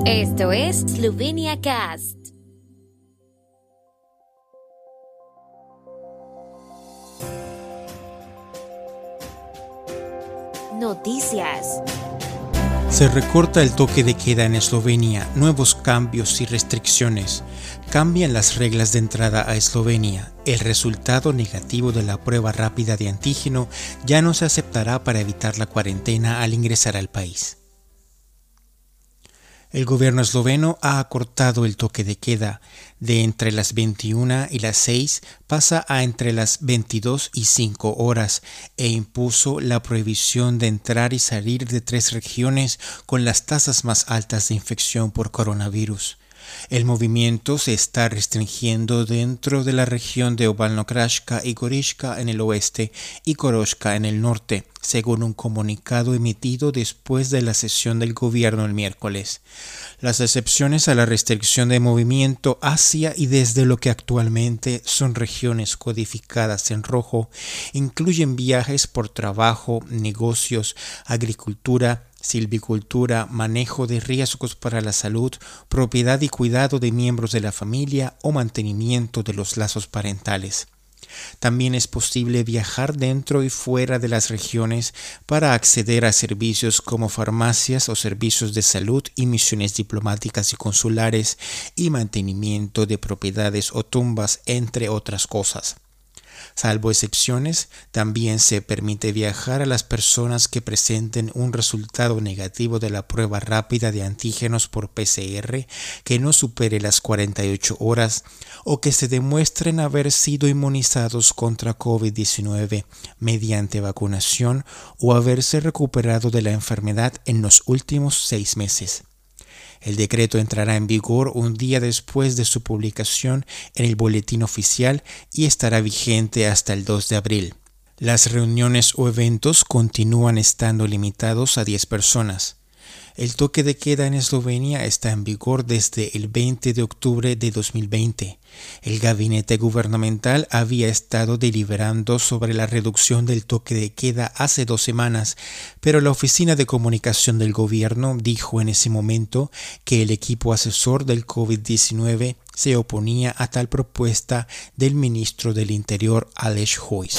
Esto es Slovenia Cast. Noticias. Se recorta el toque de queda en Eslovenia, nuevos cambios y restricciones. Cambian las reglas de entrada a Eslovenia. El resultado negativo de la prueba rápida de antígeno ya no se aceptará para evitar la cuarentena al ingresar al país. El gobierno esloveno ha acortado el toque de queda. De entre las 21 y las 6 pasa a entre las 22 y 5 horas e impuso la prohibición de entrar y salir de 3 regiones con las tasas más altas de infección por coronavirus. El movimiento se está restringiendo dentro de la región de Obalno-Kraška y Goriška en el oeste y Koroška en el norte, según un comunicado emitido después de la sesión del gobierno el miércoles. Las excepciones a la restricción de movimiento hacia y desde lo que actualmente son regiones codificadas en rojo incluyen viajes por trabajo, negocios, agricultura, silvicultura, manejo de riesgos para la salud, propiedad y cuidado de miembros de la familia o mantenimiento de los lazos parentales. También es posible viajar dentro y fuera de las regiones para acceder a servicios como farmacias o servicios de salud y misiones diplomáticas y consulares y mantenimiento de propiedades o tumbas, entre otras cosas. Salvo excepciones, también se permite viajar a las personas que presenten un resultado negativo de la prueba rápida de antígenos por PCR que no supere las 48 horas o que se demuestren haber sido inmunizados contra COVID-19 mediante vacunación o haberse recuperado de la enfermedad en los últimos 6 meses. El decreto entrará en vigor un día después de su publicación en el boletín oficial y estará vigente hasta el 2 de abril. Las reuniones o eventos continúan estando limitados a 10 personas. El toque de queda en Eslovenia está en vigor desde el 20 de octubre de 2020. El gabinete gubernamental había estado deliberando sobre la reducción del toque de queda hace 2 semanas, pero la oficina de comunicación del gobierno dijo en ese momento que el equipo asesor del COVID-19 se oponía a tal propuesta del ministro del Interior Aleš Hojs.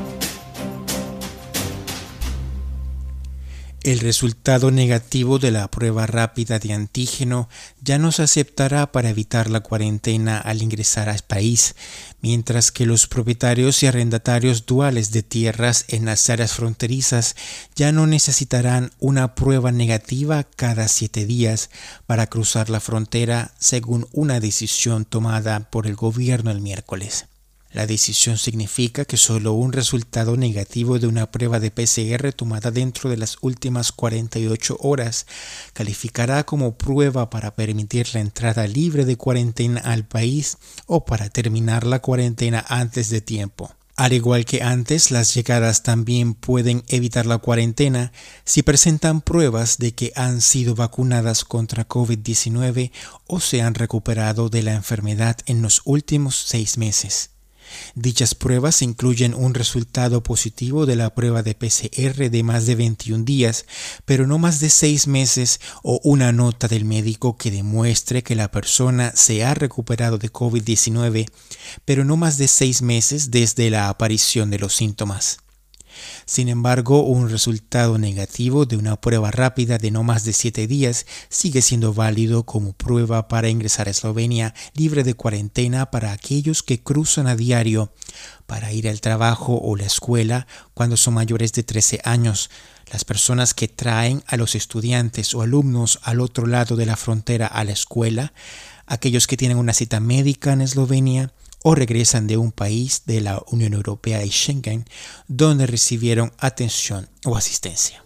El resultado negativo de la prueba rápida de antígeno ya no se aceptará para evitar la cuarentena al ingresar al país, mientras que los propietarios y arrendatarios duales de tierras en las áreas fronterizas ya no necesitarán una prueba negativa cada 7 días para cruzar la frontera, según una decisión tomada por el gobierno el miércoles. La decisión significa que solo un resultado negativo de una prueba de PCR tomada dentro de las últimas 48 horas calificará como prueba para permitir la entrada libre de cuarentena al país o para terminar la cuarentena antes de tiempo. Al igual que antes, las llegadas también pueden evitar la cuarentena si presentan pruebas de que han sido vacunadas contra COVID-19 o se han recuperado de la enfermedad en los últimos 6 meses. Dichas pruebas incluyen un resultado positivo de la prueba de PCR de más de 21 días, pero no más de 6 meses o una nota del médico que demuestre que la persona se ha recuperado de COVID-19, pero no más de 6 meses desde la aparición de los síntomas. Sin embargo, un resultado negativo de una prueba rápida de no más de 7 días sigue siendo válido como prueba para ingresar a Eslovenia libre de cuarentena para aquellos que cruzan a diario para ir al trabajo o la escuela cuando son mayores de 13 años, las personas que traen a los estudiantes o alumnos al otro lado de la frontera a la escuela, aquellos que tienen una cita médica en Eslovenia, o regresan de un país de la Unión Europea y Schengen donde recibieron atención o asistencia.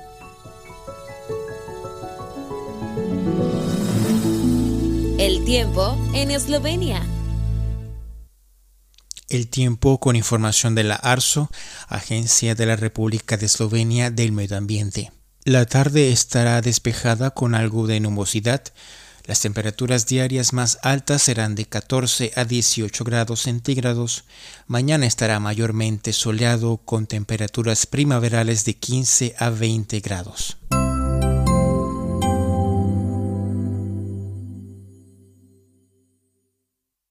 El tiempo en Eslovenia. El tiempo con información de la ARSO, Agencia de la República de Eslovenia del Medio Ambiente. La tarde estará despejada con algo de nubosidad. Las temperaturas diarias más altas serán de 14 a 18 grados centígrados. Mañana estará mayormente soleado con temperaturas primaverales de 15 a 20 grados.